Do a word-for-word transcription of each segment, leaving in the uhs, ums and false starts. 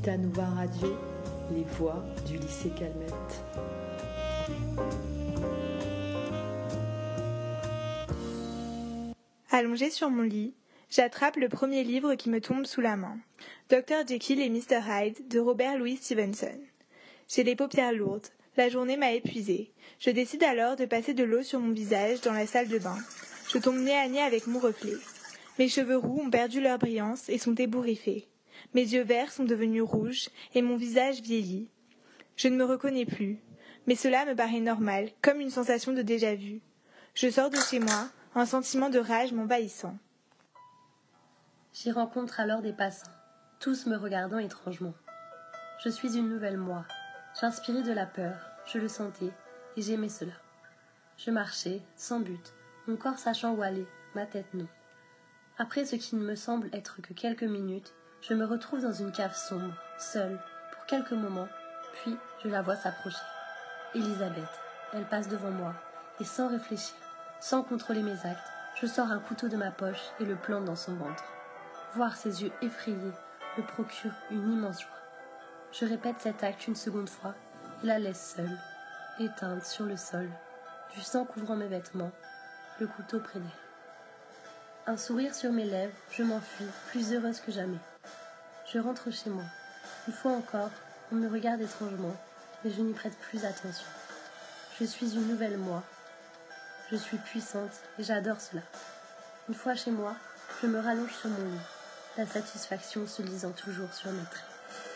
Nova Radio, les voix du lycée Calmette. Allongée sur mon lit, j'attrape le premier livre qui me tombe sous la main, docteur Jekyll et mister Hyde de Robert Louis Stevenson. J'ai les paupières lourdes, la journée m'a épuisée. Je décide alors de passer de l'eau sur mon visage dans la salle de bain. Je tombe nez à nez avec mon reflet. Mes cheveux roux ont perdu leur brillance et sont ébouriffés. Mes yeux verts sont devenus rouges et mon visage vieillit. Je ne me reconnais plus, mais cela me paraît normal, comme une sensation de déjà-vu. Je sors de chez moi, un sentiment de rage m'envahissant. J'y rencontre alors des passants, tous me regardant étrangement. Je suis une nouvelle moi. J'inspirais de la peur, je le sentais, et j'aimais cela. Je marchais, sans but, mon corps sachant où aller, ma tête non. Après ce qui ne me semble être que quelques minutes, je me retrouve dans une cave sombre, seule, pour quelques moments, puis je la vois s'approcher. Elisabeth, elle passe devant moi, et sans réfléchir, sans contrôler mes actes, je sors un couteau de ma poche et le plante dans son ventre. Voir ses yeux effrayés me procure une immense joie. Je répète cet acte une seconde fois et la laisse seule, éteinte sur le sol, du sang couvrant mes vêtements, le couteau près d'elle. Un sourire sur mes lèvres, je m'enfuis, plus heureuse que jamais. Je rentre chez moi. Une fois encore, on me regarde étrangement, mais je n'y prête plus attention. Je suis une nouvelle moi. Je suis puissante et j'adore cela. Une fois chez moi, je me rallonge sur mon lit, la satisfaction se lisant toujours sur mes traits.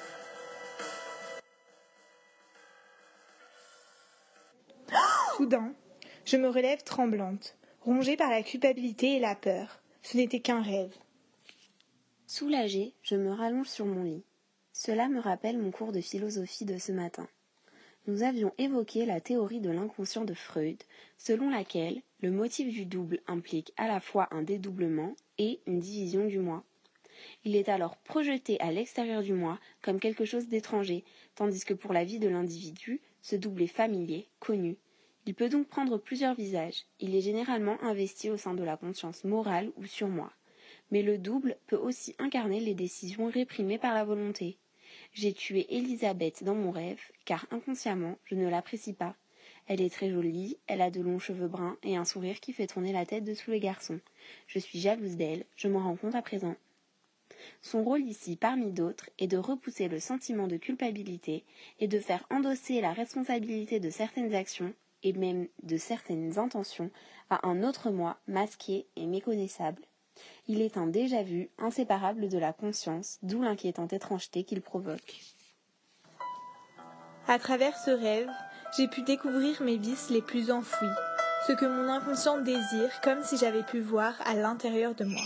Soudain, je me relève tremblante, rongée par la culpabilité et la peur. Ce n'était qu'un rêve. Soulagée, je me rallonge sur mon lit. Cela me rappelle mon cours de philosophie de ce matin. Nous avions évoqué la théorie de l'inconscient de Freud, selon laquelle le motif du double implique à la fois un dédoublement et une division du moi. Il est alors projeté à l'extérieur du moi comme quelque chose d'étranger, tandis que pour la vie de l'individu, ce double est familier, connu. Il peut donc prendre plusieurs visages. Il est généralement investi au sein de la conscience morale ou surmoi. Mais le double peut aussi incarner les décisions réprimées par la volonté. J'ai tué Elisabeth dans mon rêve, car inconsciemment, je ne l'apprécie pas. Elle est très jolie, elle a de longs cheveux bruns et un sourire qui fait tourner la tête de tous les garçons. Je suis jalouse d'elle, je m'en rends compte à présent. Son rôle ici, parmi d'autres, est de repousser le sentiment de culpabilité et de faire endosser la responsabilité de certaines actions et même de certaines intentions à un autre moi masqué et méconnaissable. Il est un déjà-vu inséparable de la conscience, d'où l'inquiétante étrangeté qu'il provoque. À travers ce rêve, j'ai pu découvrir mes vices les plus enfouis, ce que mon inconscient désire, comme si j'avais pu voir à l'intérieur de moi.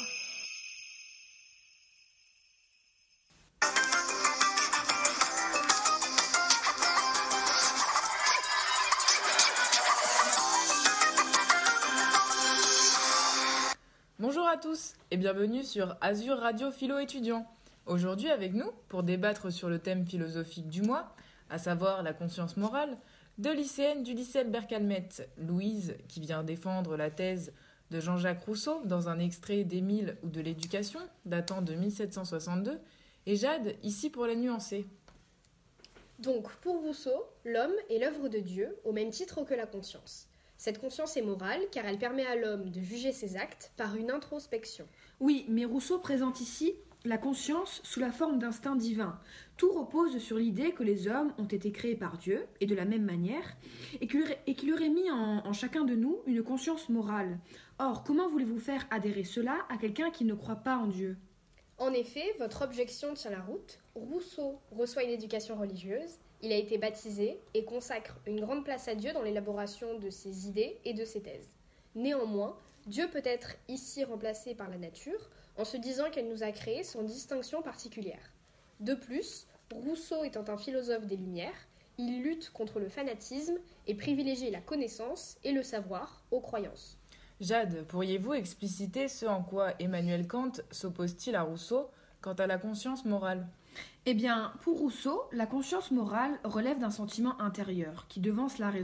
Bonjour à tous et bienvenue sur Azur Radio Philo étudiant. Aujourd'hui avec nous, pour débattre sur le thème philosophique du mois, à savoir la conscience morale, deux lycéennes du lycée Albert Calmette, Louise qui vient défendre la thèse de Jean-Jacques Rousseau dans un extrait d'Émile ou de l'éducation datant de mille sept cent soixante-deux, et Jade ici pour la nuancer. Donc pour Rousseau, l'homme est l'œuvre de Dieu au même titre que la conscience. Cette conscience est morale car elle permet à l'homme de juger ses actes par une introspection. Oui, mais Rousseau présente ici la conscience sous la forme d'instinct divin. Tout repose sur l'idée que les hommes ont été créés par Dieu, et de la même manière, et qu'il aurait, et qu'il aurait mis en, en chacun de nous une conscience morale. Or, comment voulez-vous faire adhérer cela à quelqu'un qui ne croit pas en Dieu ? En effet, votre objection tient la route. Rousseau reçoit une éducation religieuse, il a été baptisé et consacre une grande place à Dieu dans l'élaboration de ses idées et de ses thèses. Néanmoins, Dieu peut être ici remplacé par la nature, en se disant qu'elle nous a créés sans distinction particulière. De plus, Rousseau étant un philosophe des Lumières, il lutte contre le fanatisme et privilégie la connaissance et le savoir aux croyances. Jade, pourriez-vous expliciter ce en quoi Emmanuel Kant s'oppose-t-il à Rousseau quant à la conscience morale ? Eh bien, pour Rousseau, la conscience morale relève d'un sentiment intérieur qui devance la raison.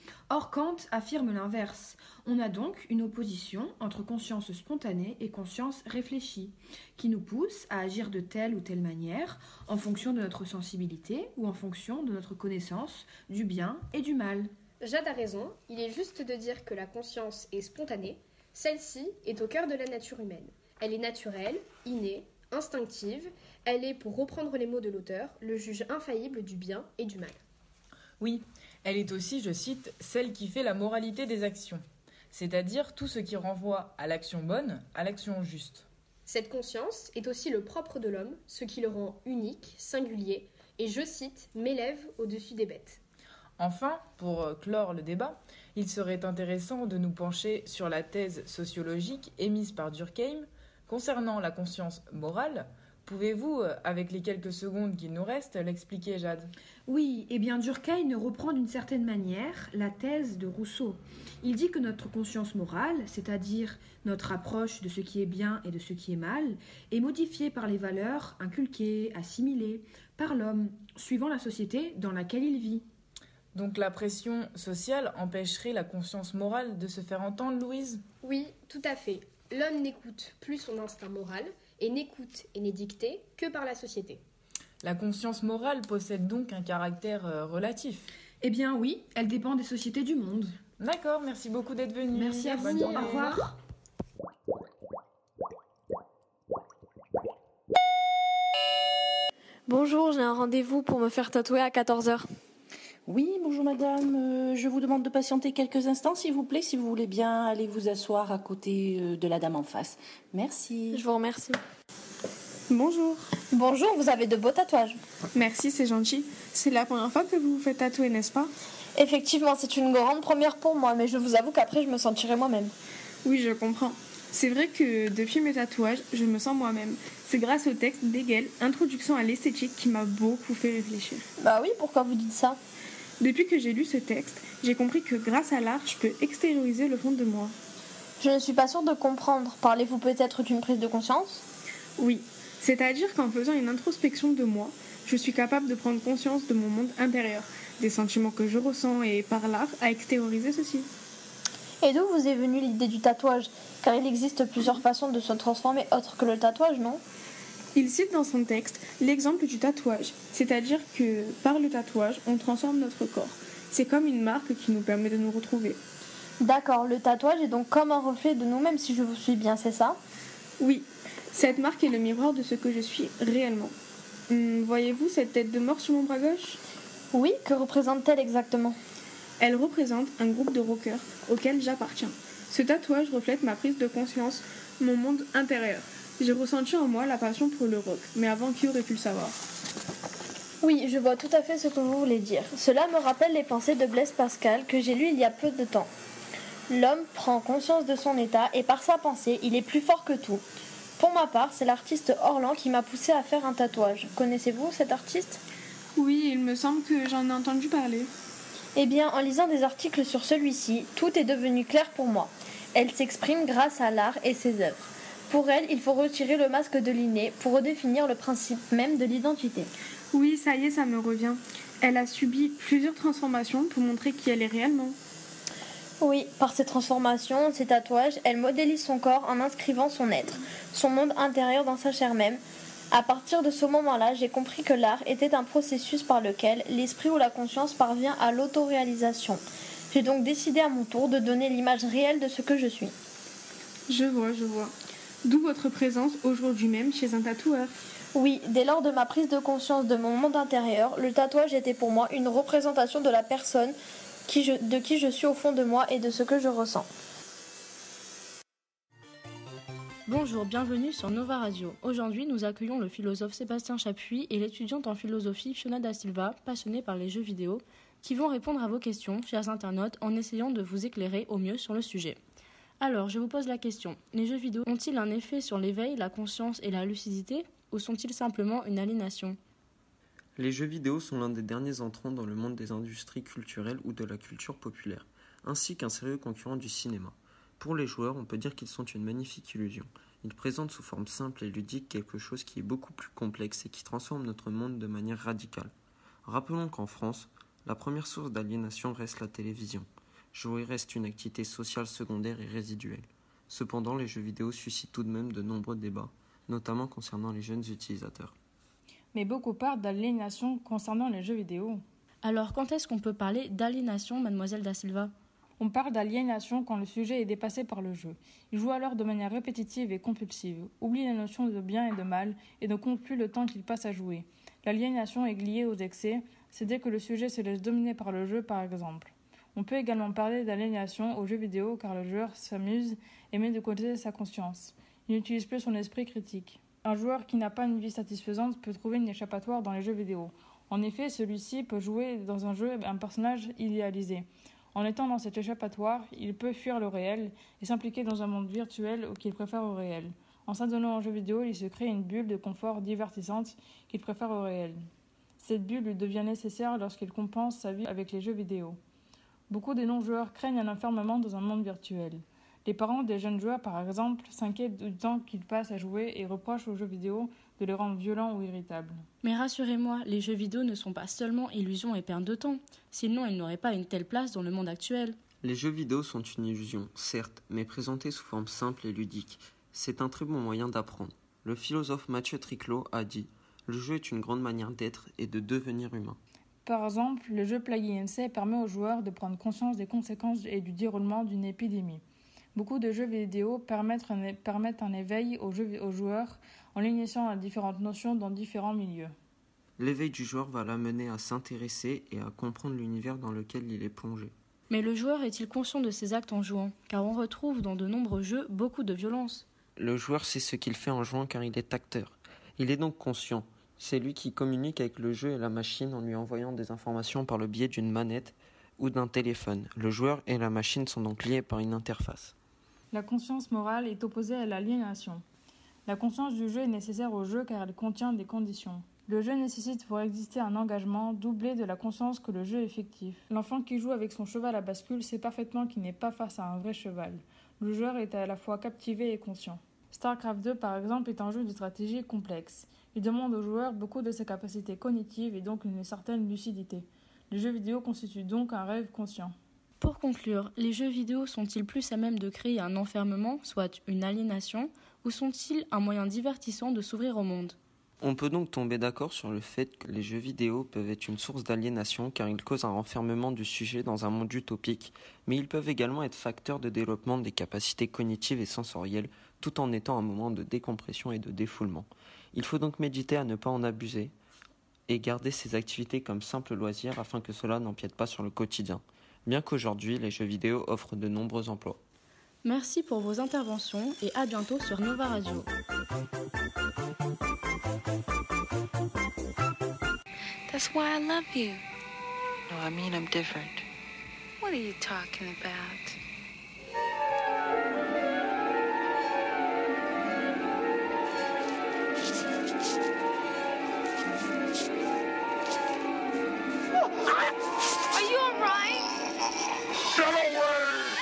Or, Kant affirme l'inverse. On a donc une opposition entre conscience spontanée et conscience réfléchie, qui nous pousse à agir de telle ou telle manière en fonction de notre sensibilité ou en fonction de notre connaissance du bien et du mal. Jade a raison, il est juste de dire que la conscience est spontanée, celle-ci est au cœur de la nature humaine. Elle est naturelle, innée, instinctive, elle est, pour reprendre les mots de l'auteur, le juge infaillible du bien et du mal. Oui, elle est aussi, je cite, celle qui fait la moralité des actions, c'est-à-dire tout ce qui renvoie à l'action bonne, à l'action juste. Cette conscience est aussi le propre de l'homme, ce qui le rend unique, singulier, et, je cite, m'élève au-dessus des bêtes. Enfin, pour clore le débat, il serait intéressant de nous pencher sur la thèse sociologique émise par Durkheim concernant la conscience morale. Pouvez-vous, avec les quelques secondes qu'il nous restent, l'expliquer, Jade ? Oui, eh bien Durkheim reprend d'une certaine manière la thèse de Rousseau. Il dit que notre conscience morale, c'est-à-dire notre approche de ce qui est bien et de ce qui est mal, est modifiée par les valeurs inculquées, assimilées par l'homme, suivant la société dans laquelle il vit. Donc la pression sociale empêcherait la conscience morale de se faire entendre, Louise ? Oui, tout à fait. L'homme n'écoute plus son instinct moral et n'écoute et n'est dicté que par la société. La conscience morale possède donc un caractère euh, relatif. Eh bien oui, elle dépend des sociétés du monde. D'accord, merci beaucoup d'être venu. Merci à vous, au revoir. Bonjour, j'ai un rendez-vous pour me faire tatouer à quatorze heures. Oui, bonjour madame, euh, je vous demande de patienter quelques instants s'il vous plaît, si vous voulez bien aller vous asseoir à côté euh, de la dame en face. Merci. Je vous remercie. Bonjour. Bonjour, vous avez de beaux tatouages. Merci, c'est gentil. C'est la première fois que vous vous faites tatouer, n'est-ce pas ? Effectivement, c'est une grande première pour moi, mais je vous avoue qu'après je me sentirai moi-même. Oui, je comprends. C'est vrai que depuis mes tatouages, je me sens moi-même. C'est grâce au texte d'Hegel, Introduction à l'esthétique, qui m'a beaucoup fait réfléchir. Bah oui, pourquoi vous dites ça ? Depuis que j'ai lu ce texte, j'ai compris que grâce à l'art, je peux extérioriser le fond de moi. Je ne suis pas sûre de comprendre. Parlez-vous peut-être d'une prise de conscience ? Oui, c'est-à-dire qu'en faisant une introspection de moi, je suis capable de prendre conscience de mon monde intérieur, des sentiments que je ressens et par l'art à extérioriser ceci. Et d'où vous est venue l'idée du tatouage ? Car il existe plusieurs façons de se transformer autre que le tatouage, non ? Il cite dans son texte l'exemple du tatouage, c'est-à-dire que par le tatouage, on transforme notre corps. C'est comme une marque qui nous permet de nous retrouver. D'accord, le tatouage est donc comme un reflet de nous-mêmes si je vous suis bien, c'est ça ? Oui, cette marque est le miroir de ce que je suis réellement. Hum, voyez-vous cette tête de mort sur mon bras gauche ? Oui, que représente-t-elle exactement ? Elle représente un groupe de rockers auquel j'appartiens. Ce tatouage reflète ma prise de conscience, mon monde intérieur. J'ai ressenti en moi la passion pour le rock, mais avant, qui aurait pu le savoir ? Oui, je vois tout à fait ce que vous voulez dire. Cela me rappelle les pensées de Blaise Pascal que j'ai lues il y a peu de temps. L'homme prend conscience de son état et par sa pensée, il est plus fort que tout. Pour ma part, c'est l'artiste Orlan qui m'a poussé à faire un tatouage. Connaissez-vous cet artiste ? Oui, il me semble que j'en ai entendu parler. Eh bien, en lisant des articles sur celui-ci, tout est devenu clair pour moi. Elle s'exprime grâce à l'art et ses œuvres. Pour elle, il faut retirer le masque de l'inné pour redéfinir le principe même de l'identité. Oui, ça y est, ça me revient. Elle a subi plusieurs transformations pour montrer qui elle est réellement. Oui, par ces transformations, ces tatouages, elle modélise son corps en inscrivant son être, son monde intérieur dans sa chair même. À partir de ce moment-là, j'ai compris que l'art était un processus par lequel l'esprit ou la conscience parvient à l'autoréalisation. J'ai donc décidé à mon tour de donner l'image réelle de ce que je suis. Je vois, je vois. D'où votre présence aujourd'hui même chez un tatoueur. Oui, dès lors de ma prise de conscience de mon monde intérieur, le tatouage était pour moi une représentation de la personne qui je, de qui je suis au fond de moi et de ce que je ressens. Bonjour, bienvenue sur Nova Radio. Aujourd'hui, nous accueillons le philosophe Sébastien Chapuis et l'étudiante en philosophie Fiona Da Silva, passionnée par les jeux vidéo, qui vont répondre à vos questions, chers internautes, en essayant de vous éclairer au mieux sur le sujet. Alors, je vous pose la question. Les jeux vidéo ont-ils un effet sur l'éveil, la conscience et la lucidité, ou sont-ils simplement une aliénation ? Les jeux vidéo sont l'un des derniers entrants dans le monde des industries culturelles ou de la culture populaire, ainsi qu'un sérieux concurrent du cinéma. Pour les joueurs, on peut dire qu'ils sont une magnifique illusion. Ils présentent sous forme simple et ludique quelque chose qui est beaucoup plus complexe et qui transforme notre monde de manière radicale. Rappelons qu'en France, la première source d'aliénation reste la télévision. Jouer reste une activité sociale secondaire et résiduelle. Cependant, les jeux vidéo suscitent tout de même de nombreux débats, notamment concernant les jeunes utilisateurs. Mais beaucoup parlent d'aliénation concernant les jeux vidéo. Alors quand est-ce qu'on peut parler d'aliénation, mademoiselle Da Silva ? On parle d'aliénation quand le sujet est dépassé par le jeu. Il joue alors de manière répétitive et compulsive, oublie les notions de bien et de mal et ne compte plus le temps qu'il passe à jouer. L'aliénation est liée aux excès, c'est dès que le sujet se laisse dominer par le jeu par exemple. On peut également parler d'aliénation aux jeux vidéo car le joueur s'amuse et met de côté sa conscience. Il n'utilise plus son esprit critique. Un joueur qui n'a pas une vie satisfaisante peut trouver une échappatoire dans les jeux vidéo. En effet, celui-ci peut jouer dans un jeu un personnage idéalisé. En étant dans cet échappatoire, il peut fuir le réel et s'impliquer dans un monde virtuel qu'il préfère au réel. En s'adonnant aux jeux vidéo, il se crée une bulle de confort divertissante qu'il préfère au réel. Cette bulle lui devient nécessaire lorsqu'il compense sa vie avec les jeux vidéo. Beaucoup de non-joueurs craignent un enfermement dans un monde virtuel. Les parents des jeunes joueurs, par exemple, s'inquiètent du temps qu'ils passent à jouer et reprochent aux jeux vidéo de les rendre violents ou irritables. Mais rassurez-moi, les jeux vidéo ne sont pas seulement illusions et perte de temps, sinon ils n'auraient pas une telle place dans le monde actuel. Les jeux vidéo sont une illusion, certes, mais présentée sous forme simple et ludique. C'est un très bon moyen d'apprendre. Le philosophe Mathieu Triclot a dit « Le jeu est une grande manière d'être et de devenir humain ». Par exemple, le jeu Plague Inc. permet aux joueurs de prendre conscience des conséquences et du déroulement d'une épidémie. Beaucoup de jeux vidéo permettent un, permettent un éveil aux, jeux, aux joueurs en l'initiant à différentes notions dans différents milieux. L'éveil du joueur va l'amener à s'intéresser et à comprendre l'univers dans lequel il est plongé. Mais le joueur est-il conscient de ses actes en jouant ? Car on retrouve dans de nombreux jeux beaucoup de violence. Le joueur sait ce qu'il fait en jouant car il est acteur. Il est donc conscient. C'est lui qui communique avec le jeu et la machine en lui envoyant des informations par le biais d'une manette ou d'un téléphone. Le joueur et la machine sont donc liés par une interface. La conscience morale est opposée à l'aliénation. La conscience du jeu est nécessaire au jeu car elle contient des conditions. Le jeu nécessite pour exister un engagement doublé de la conscience que le jeu est fictif. L'enfant qui joue avec son cheval à bascule sait parfaitement qu'il n'est pas face à un vrai cheval. Le joueur est à la fois captivé et conscient. StarCraft deux, par exemple, est un jeu de stratégie complexe. Il demande au joueur beaucoup de ses capacités cognitives et donc une certaine lucidité. Les jeux vidéo constituent donc un rêve conscient. Pour conclure, les jeux vidéo sont-ils plus à même de créer un enfermement, soit une aliénation, ou sont-ils un moyen divertissant de s'ouvrir au monde ? On peut donc tomber d'accord sur le fait que les jeux vidéo peuvent être une source d'aliénation car ils causent un renfermement du sujet dans un monde utopique, mais ils peuvent également être facteurs de développement des capacités cognitives et sensorielles tout en étant un moment de décompression et de défoulement. Il faut donc méditer à ne pas en abuser et garder ces activités comme simple loisir afin que cela n'empiète pas sur le quotidien, bien qu'aujourd'hui les jeux vidéo offrent de nombreux emplois. Merci pour vos interventions et à bientôt sur Nova Radio. That's why I love you. No, I mean I'm different. What are you talking about? Are you alright? Get away!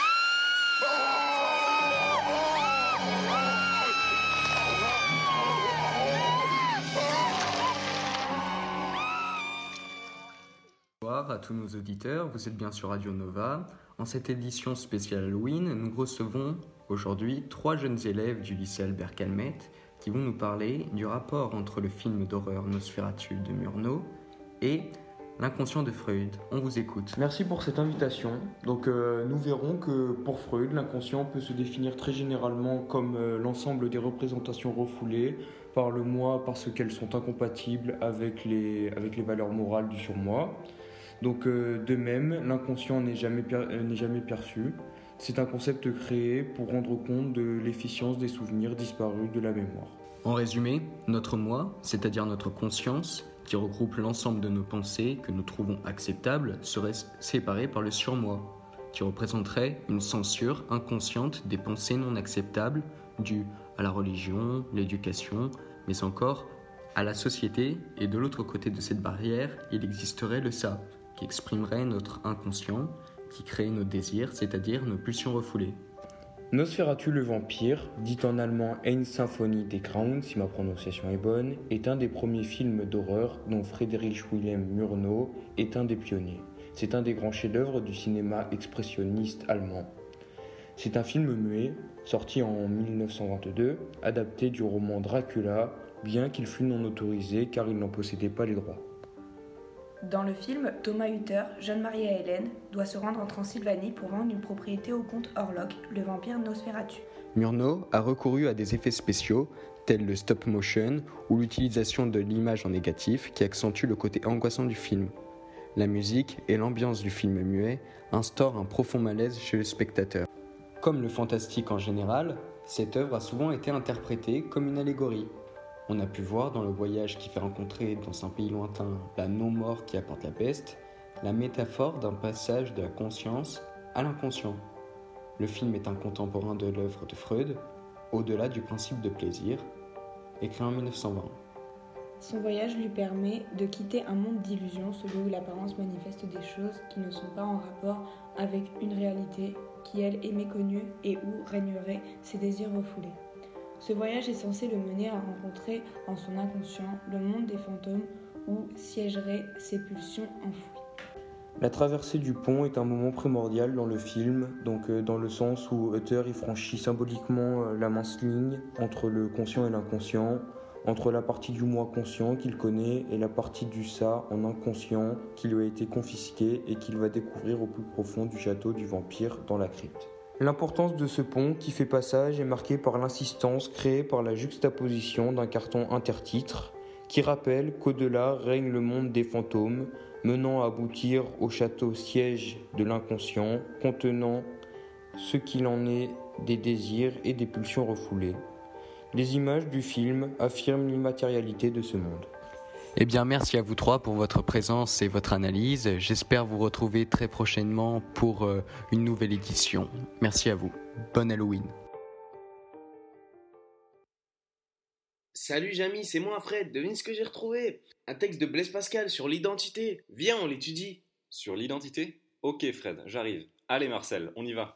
Bonsoir à tous nos auditeurs, vous êtes bien sur Radio Nova. En cette édition spéciale Halloween, nous recevons aujourd'hui trois jeunes élèves du lycée Albert Calmette qui vont nous parler du rapport entre le film d'horreur Nosferatu de Murnau et l'inconscient de Freud. On vous écoute. Merci pour cette invitation. Donc euh, nous verrons que pour Freud, l'inconscient peut se définir très généralement comme euh, l'ensemble des représentations refoulées par le moi parce qu'elles sont incompatibles avec les, avec les valeurs morales du surmoi. Donc euh, de même, l'inconscient n'est jamais, per- euh, n'est jamais perçu. C'est un concept créé pour rendre compte de l'efficience des souvenirs disparus de la mémoire. En résumé, notre moi, c'est-à-dire notre conscience, qui regroupe l'ensemble de nos pensées que nous trouvons acceptables, serait séparé par le surmoi, qui représenterait une censure inconsciente des pensées non acceptables dues à la religion, l'éducation, mais encore à la société. Et de l'autre côté de cette barrière, il existerait le ça, qui exprimerait notre inconscient, qui crée nos désirs, c'est-à-dire nos pulsions refoulées. Nosferatu le vampire, dit en allemand Eine Symphonie des Grauens, si ma prononciation est bonne, est un des premiers films d'horreur dont Friedrich Wilhelm Murnau est un des pionniers. C'est un des grands chefs-d'œuvre du cinéma expressionniste allemand. C'est un film muet, sorti en mille neuf cent vingt-deux, adapté du roman Dracula, bien qu'il fût non autorisé car il n'en possédait pas les droits. Dans le film, Thomas Hutter, jeune marié à Hélène, doit se rendre en Transylvanie pour vendre une propriété au comte Orlok, le vampire Nosferatu. Murnau a recouru à des effets spéciaux, tels le stop motion ou l'utilisation de l'image en négatif qui accentue le côté angoissant du film. La musique et l'ambiance du film muet instaurent un profond malaise chez le spectateur. Comme le fantastique en général, cette œuvre a souvent été interprétée comme une allégorie. On a pu voir dans Le Voyage qui fait rencontrer dans un pays lointain la non-mort qui apporte la peste, la métaphore d'un passage de la conscience à l'inconscient. Le film est un contemporain de l'œuvre de Freud, Au-delà du principe de plaisir, écrit en mille neuf cent vingt. Son voyage lui permet de quitter un monde d'illusions, celui où l'apparence manifeste des choses qui ne sont pas en rapport avec une réalité qui, elle, est méconnue et où régneraient ses désirs refoulés. Ce voyage est censé le mener à rencontrer en son inconscient le monde des fantômes où siégeraient ses pulsions enfouies. La traversée du pont est un moment primordial dans le film, donc euh, dans le sens où Hutter y franchit symboliquement euh, la mince ligne entre le conscient et l'inconscient, entre la partie du moi conscient qu'il connaît et la partie du ça en inconscient qui lui a été confisquée et qu'il va découvrir au plus profond du château du vampire dans la crypte. L'importance de ce pont qui fait passage est marquée par l'insistance créée par la juxtaposition d'un carton intertitre qui rappelle qu'au-delà règne le monde des fantômes, menant à aboutir au château siège de l'inconscient, contenant ce qu'il en est des désirs et des pulsions refoulées. Les images du film affirment l'immatérialité de ce monde. Eh bien, merci à vous trois pour votre présence et votre analyse. J'espère vous retrouver très prochainement pour euh, une nouvelle édition. Merci à vous. Bonne Halloween. Salut Jamy, c'est moi Fred, devine ce que j'ai retrouvé. Un texte de Blaise Pascal sur l'identité. Viens, on l'étudie. Sur l'identité ? Ok Fred, j'arrive. Allez Marcel, on y va.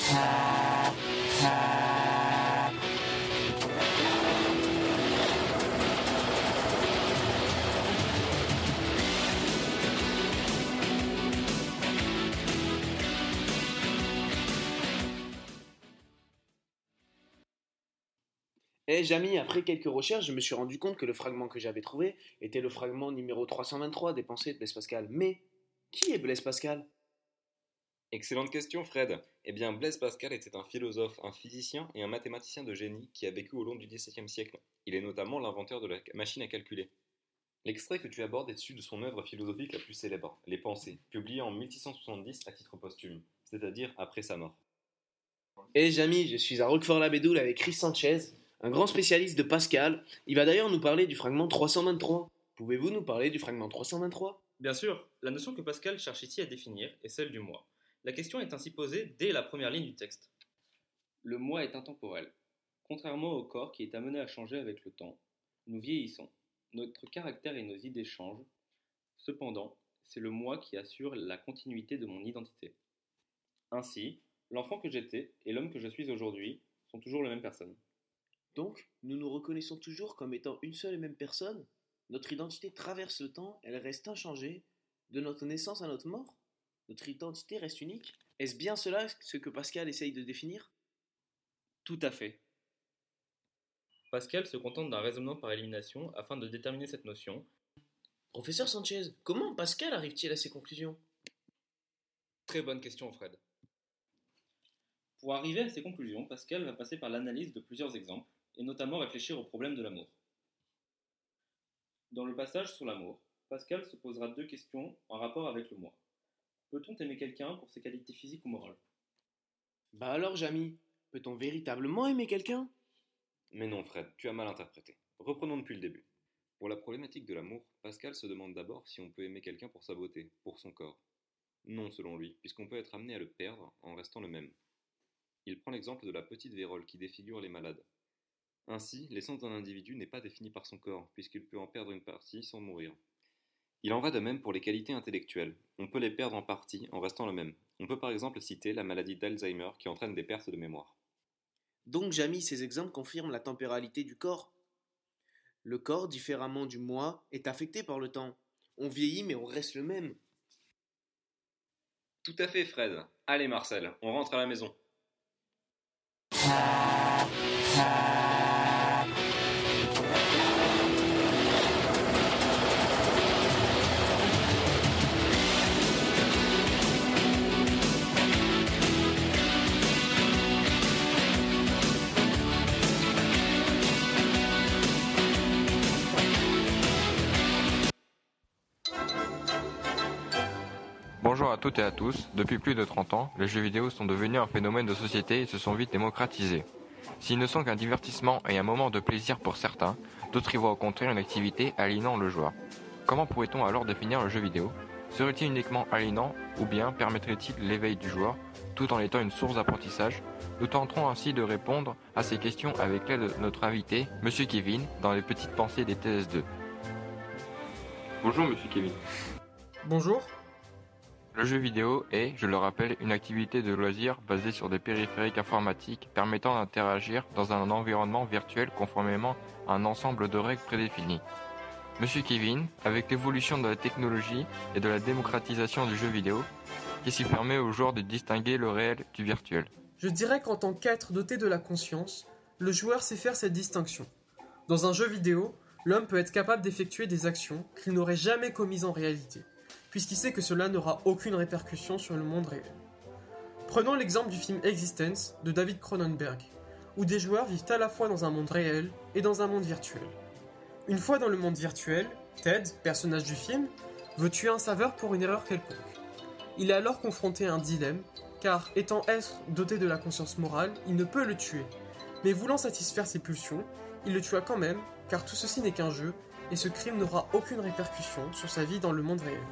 Eh Jamy, après quelques recherches, je me suis rendu compte que le fragment que j'avais trouvé était le fragment numéro trois cent vingt-trois des Pensées de Blaise Pascal. Mais qui est Blaise Pascal ? Excellente question Fred. Eh bien Blaise Pascal était un philosophe, un physicien et un mathématicien de génie qui a vécu au long du dix-septième siècle. Il est notamment l'inventeur de la machine à calculer. L'extrait que tu abordes est issu de son œuvre philosophique la plus célèbre, Les Pensées, publiée en mille six cent soixante-dix à titre posthume, c'est-à-dire après sa mort. Eh Jamy, je suis à Roquefort-la-Bédoule avec Chris Sanchez, un grand spécialiste de Pascal. Il va d'ailleurs nous parler du fragment trois cent vingt-trois. Pouvez-vous nous parler du fragment trois cent vingt-trois ? Bien sûr, la notion que Pascal cherche ici à définir est celle du moi. La question est ainsi posée dès la première ligne du texte. Le moi est intemporel. Contrairement au corps qui est amené à changer avec le temps, nous vieillissons. Notre caractère et nos idées changent. Cependant, c'est le moi qui assure la continuité de mon identité. Ainsi, l'enfant que j'étais et l'homme que je suis aujourd'hui sont toujours la même personne. Donc, nous nous reconnaissons toujours comme étant une seule et même personne ? Notre identité traverse le temps, elle reste inchangée, de notre naissance à notre mort ? Notre identité reste unique ? Est-ce bien cela ce que Pascal essaye de définir ? Tout à fait. Pascal se contente d'un raisonnement par élimination afin de déterminer cette notion. Professeur Sanchez, comment Pascal arrive-t-il à ces conclusions ? Très bonne question, Fred. Pour arriver à ces conclusions, Pascal va passer par l'analyse de plusieurs exemples, et notamment réfléchir au problème de l'amour. Dans le passage sur l'amour, Pascal se posera deux questions en rapport avec le moi. Peut-on aimer quelqu'un pour ses qualités physiques ou morales ? Bah alors, Jamy, peut-on véritablement aimer quelqu'un ? Mais non, Fred, tu as mal interprété. Reprenons depuis le début. Pour la problématique de l'amour, Pascal se demande d'abord si on peut aimer quelqu'un pour sa beauté, pour son corps. Non, selon lui, puisqu'on peut être amené à le perdre en restant le même. Il prend l'exemple de la petite vérole qui défigure les malades. Ainsi, l'essence d'un individu n'est pas définie par son corps, puisqu'il peut en perdre une partie sans mourir. Il en va de même pour les qualités intellectuelles. On peut les perdre en partie en restant le même. On peut par exemple citer la maladie d'Alzheimer qui entraîne des pertes de mémoire. Donc, Jamy, ces exemples confirment la temporalité du corps. Le corps, différemment du moi, est affecté par le temps. On vieillit mais on reste le même. Tout à fait, Fred. Allez, Marcel, on rentre à la maison. Bonjour à toutes et à tous. Depuis plus de trente ans, les jeux vidéo sont devenus un phénomène de société et se sont vite démocratisés. S'ils ne sont qu'un divertissement et un moment de plaisir pour certains, d'autres y voient au contraire une activité aliénant le joueur. Comment pourrait-on alors définir le jeu vidéo ? Serait-il uniquement aliénant ou bien permettrait-il l'éveil du joueur tout en étant une source d'apprentissage ? Nous tenterons ainsi de répondre à ces questions avec l'aide de notre invité, Monsieur Kevin, dans les petites pensées des T S deux. Bonjour Monsieur Kevin. Bonjour. Le jeu vidéo est, je le rappelle, une activité de loisir basée sur des périphériques informatiques permettant d'interagir dans un environnement virtuel conformément à un ensemble de règles prédéfinies. Monsieur Kevin, avec l'évolution de la technologie et de la démocratisation du jeu vidéo, qu'est-ce qui permet aux joueurs de distinguer le réel du virtuel ? Je dirais qu'en tant qu'être doté de la conscience, le joueur sait faire cette distinction. Dans un jeu vidéo, l'homme peut être capable d'effectuer des actions qu'il n'aurait jamais commises en réalité, puisqu'il sait que cela n'aura aucune répercussion sur le monde réel. Prenons l'exemple du film Existence de David Cronenberg, où des joueurs vivent à la fois dans un monde réel et dans un monde virtuel. Une fois dans le monde virtuel, Ted, personnage du film, veut tuer un serveur pour une erreur quelconque. Il est alors confronté à un dilemme, car étant être doté de la conscience morale, il ne peut le tuer. Mais voulant satisfaire ses pulsions, il le tua quand même, car tout ceci n'est qu'un jeu, et ce crime n'aura aucune répercussion sur sa vie dans le monde réel.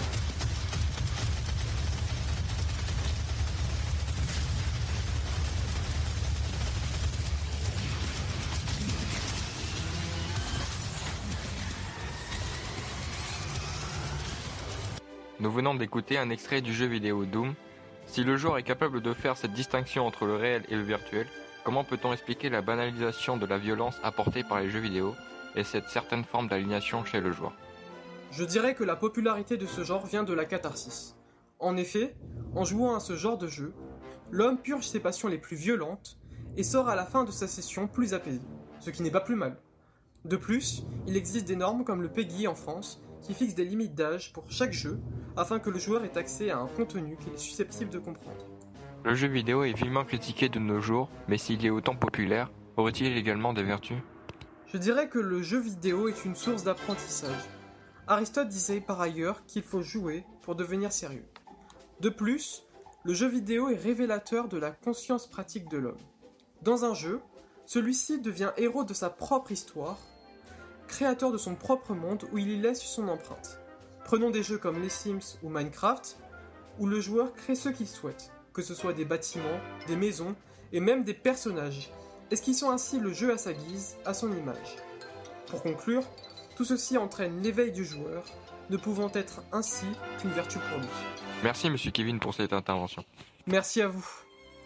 Nous venons d'écouter un extrait du jeu vidéo Doom. Si le joueur est capable de faire cette distinction entre le réel et le virtuel, comment peut-on expliquer la banalisation de la violence apportée par les jeux vidéo et cette certaine forme d'aliénation chez le joueur ? Je dirais que la popularité de ce genre vient de la catharsis. En effet, en jouant à ce genre de jeu, l'homme purge ses passions les plus violentes et sort à la fin de sa session plus apaisé, ce qui n'est pas plus mal. De plus, il existe des normes comme le PEGI en France qui fixent des limites d'âge pour chaque jeu afin que le joueur ait accès à un contenu qu'il est susceptible de comprendre. Le jeu vidéo est vivement critiqué de nos jours, mais s'il est autant populaire, aurait-il également des vertus ? Je dirais que le jeu vidéo est une source d'apprentissage. Aristote disait par ailleurs qu'il faut jouer pour devenir sérieux. De plus, le jeu vidéo est révélateur de la conscience pratique de l'homme. Dans un jeu, celui-ci devient héros de sa propre histoire, créateur de son propre monde où il y laisse son empreinte. Prenons des jeux comme les Sims ou Minecraft, où le joueur crée ce qu'il souhaite, que ce soit des bâtiments, des maisons et même des personnages, esquissant ainsi le jeu à sa guise, à son image. Pour conclure, tout ceci entraîne l'éveil du joueur, ne pouvant être ainsi qu'une vertu pour lui. Merci Monsieur Kevin pour cette intervention. Merci à vous.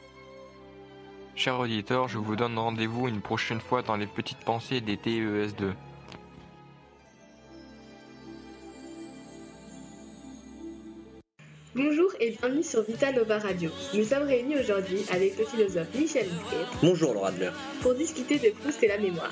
Chers auditeurs, je vous donne rendez-vous une prochaine fois dans les petites pensées des T E S deux. Bonjour et bienvenue sur Vita Nova Radio. Nous sommes réunis aujourd'hui avec le philosophe Michel Bouquet. Bonjour Laura Adler. Pour discuter de Proust et la mémoire.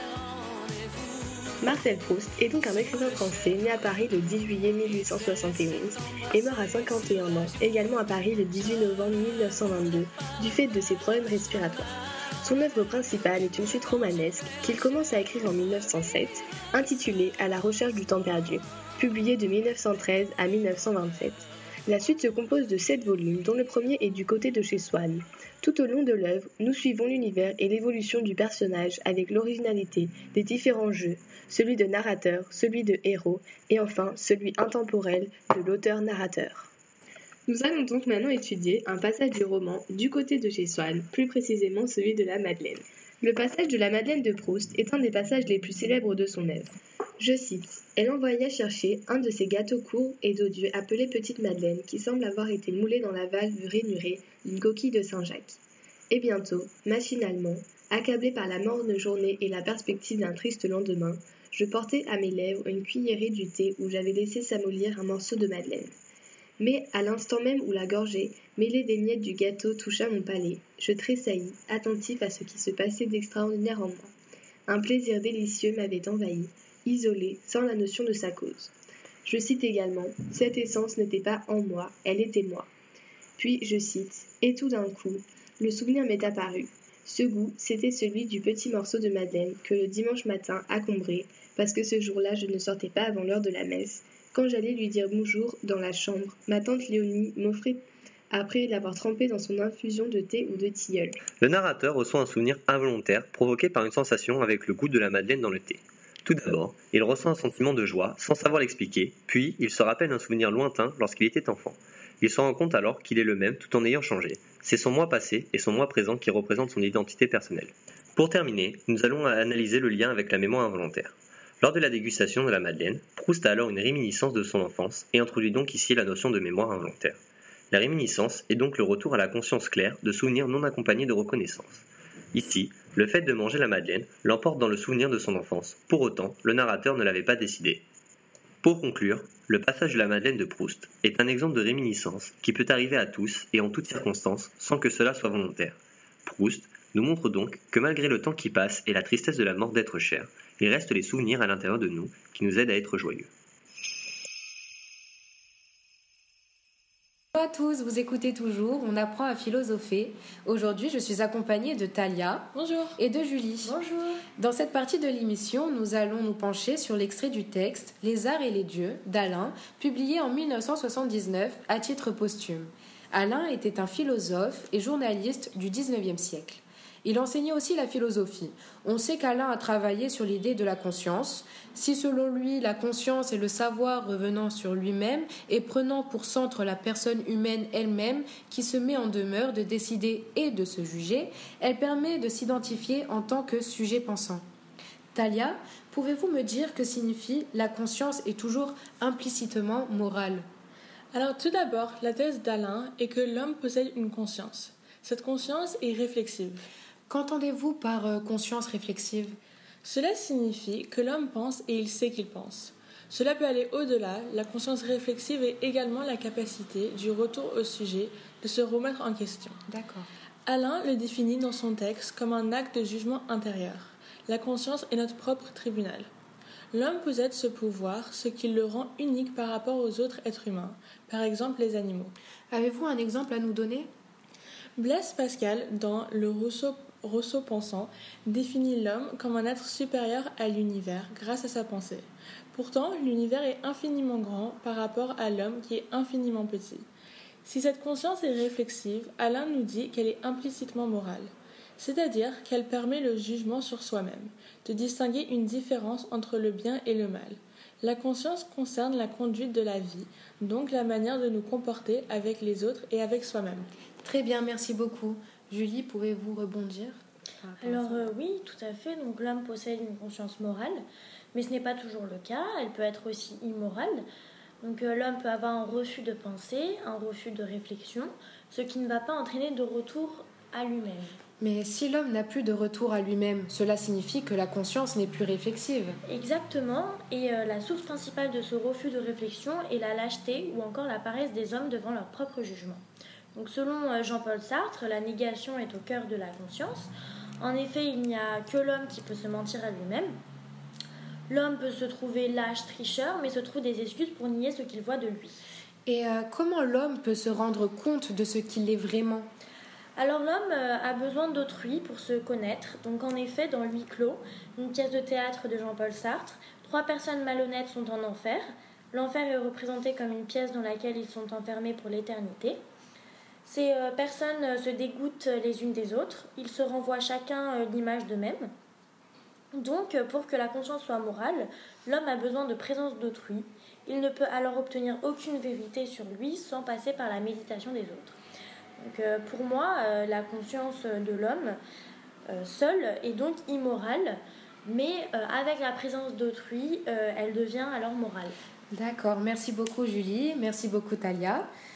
Marcel Proust est donc un écrivain français né à Paris le dix juillet mille huit cent soixante et onze et mort à cinquante et un ans, également à Paris le dix-huit novembre mille neuf cent vingt-deux, du fait de ses problèmes respiratoires. Son œuvre principale est une suite romanesque qu'il commence à écrire en mille neuf cent sept, intitulée « À la recherche du temps perdu », publiée de mille neuf cent treize à mille neuf cent vingt-sept. La suite se compose de sept volumes, dont le premier est du côté de chez Swann. Tout au long de l'œuvre, nous suivons l'univers et l'évolution du personnage avec l'originalité des différents jeux, celui de narrateur, celui de héros, et enfin celui intemporel de l'auteur-narrateur. Nous allons donc maintenant étudier un passage du roman Du côté de chez Swann, plus précisément celui de la Madeleine. Le passage de la Madeleine de Proust est un des passages les plus célèbres de son œuvre. Je cite « Elle envoya chercher un de ces gâteaux courts et d'odieux appelés Petite Madeleine qui semble avoir été moulé dans la valve rainurée d'une coquille de Saint-Jacques. Et bientôt, machinalement, accablé par la morne journée et la perspective d'un triste lendemain, je portai à mes lèvres une cuillerée du thé où j'avais laissé s'amollir un morceau de madeleine. Mais à l'instant même où la gorgée, mêlée des miettes du gâteau, toucha mon palais, je tressaillis, attentif à ce qui se passait d'extraordinaire en moi. Un plaisir délicieux m'avait envahi, isolé, sans la notion de sa cause. Je cite également, « Cette essence n'était pas en moi, elle était moi. » Puis je cite, « Et tout d'un coup, le souvenir m'est apparu. Ce goût, c'était celui du petit morceau de madeleine que le dimanche matin à Combray, parce que ce jour-là je ne sortais pas avant l'heure de la messe. Quand j'allais lui dire bonjour dans la chambre, ma tante Léonie m'offrait, après l'avoir trempé dans son infusion de thé ou de tilleul. » Le narrateur reçoit un souvenir involontaire provoqué par une sensation avec le goût de la madeleine dans le thé. Tout d'abord, il ressent un sentiment de joie sans savoir l'expliquer, puis il se rappelle un souvenir lointain lorsqu'il était enfant. Il se rend compte alors qu'il est le même tout en ayant changé. C'est son moi passé et son moi présent qui représentent son identité personnelle. Pour terminer, nous allons analyser le lien avec la mémoire involontaire. Lors de la dégustation de la madeleine, Proust a alors une réminiscence de son enfance et introduit donc ici la notion de mémoire involontaire. La réminiscence est donc le retour à la conscience claire de souvenirs non accompagnés de reconnaissance. Ici, le fait de manger la madeleine l'emporte dans le souvenir de son enfance. Pour autant, le narrateur ne l'avait pas décidé. Pour conclure, le passage de la madeleine de Proust est un exemple de réminiscence qui peut arriver à tous et en toutes circonstances sans que cela soit volontaire. Proust nous montre donc que malgré le temps qui passe et la tristesse de la mort d'être cher, il reste les souvenirs à l'intérieur de nous qui nous aident à être joyeux. Bonjour à tous, vous écoutez toujours, on apprend à philosopher. Aujourd'hui, je suis accompagnée de Talia. Bonjour. Et de Julie. Bonjour. Dans cette partie de l'émission, nous allons nous pencher sur l'extrait du texte « Les arts et les dieux » d'Alain, publié en mille neuf cent soixante-dix-neuf à titre posthume. Alain était un philosophe et journaliste du dix-neuvième siècle. Il enseignait aussi la philosophie. On sait qu'Alain a travaillé sur l'idée de la conscience. Si selon lui, la conscience est le savoir revenant sur lui-même et prenant pour centre la personne humaine elle-même qui se met en demeure de décider et de se juger, elle permet de s'identifier en tant que sujet pensant. Talia, pouvez-vous me dire que signifie la conscience est toujours implicitement morale ? Alors tout d'abord, la thèse d'Alain est que l'homme possède une conscience. Cette conscience est réflexive. Qu'entendez-vous par euh, conscience réflexive ? Cela signifie que l'homme pense et il sait qu'il pense. Cela peut aller au-delà. La conscience réflexive est également la capacité du retour au sujet de se remettre en question. D'accord. Alain le définit dans son texte comme un acte de jugement intérieur. La conscience est notre propre tribunal. L'homme possède ce pouvoir, ce qui le rend unique par rapport aux autres êtres humains, par exemple les animaux. Avez-vous un exemple à nous donner ? Blaise Pascal, dans Le Rousseau, Rousseau pensant, définit l'homme comme un être supérieur à l'univers grâce à sa pensée. Pourtant, l'univers est infiniment grand par rapport à l'homme qui est infiniment petit. Si cette conscience est réflexive, Alain nous dit qu'elle est implicitement morale, c'est-à-dire qu'elle permet le jugement sur soi-même, de distinguer une différence entre le bien et le mal. La conscience concerne la conduite de la vie, donc la manière de nous comporter avec les autres et avec soi-même. Très bien, merci beaucoup. Julie, pouvez-vous rebondir ? Alors euh, oui, tout à fait. Donc l'homme possède une conscience morale, mais ce n'est pas toujours le cas. Elle peut être aussi immorale. Donc euh, l'homme peut avoir un refus de pensée, un refus de réflexion, ce qui ne va pas entraîner de retour à lui-même. Mais si l'homme n'a plus de retour à lui-même, cela signifie que la conscience n'est plus réflexive. Exactement, et euh, la source principale de ce refus de réflexion est la lâcheté ou encore la paresse des hommes devant leur propre jugement. Donc selon euh, Jean-Paul Sartre, la négation est au cœur de la conscience. En effet, il n'y a que l'homme qui peut se mentir à lui-même. L'homme peut se trouver lâche, tricheur, mais se trouve des excuses pour nier ce qu'il voit de lui. Et euh, comment l'homme peut se rendre compte de ce qu'il est vraiment ? Alors l'homme a besoin d'autrui pour se connaître. Donc en effet, dans Huis clos, une pièce de théâtre de Jean-Paul Sartre, trois personnes malhonnêtes sont en enfer. L'enfer est représenté comme une pièce dans laquelle ils sont enfermés pour l'éternité. Ces personnes se dégoûtent les unes des autres. Ils se renvoient chacun l'image d'eux-mêmes. Donc, pour que la conscience soit morale, l'homme a besoin de présence d'autrui. Il ne peut alors obtenir aucune vérité sur lui sans passer par la méditation des autres. Donc, euh, pour moi, euh, la conscience de l'homme euh, seule est donc immorale, mais euh, avec la présence d'autrui, euh, elle devient alors morale. D'accord, merci beaucoup Julie, merci beaucoup Talia.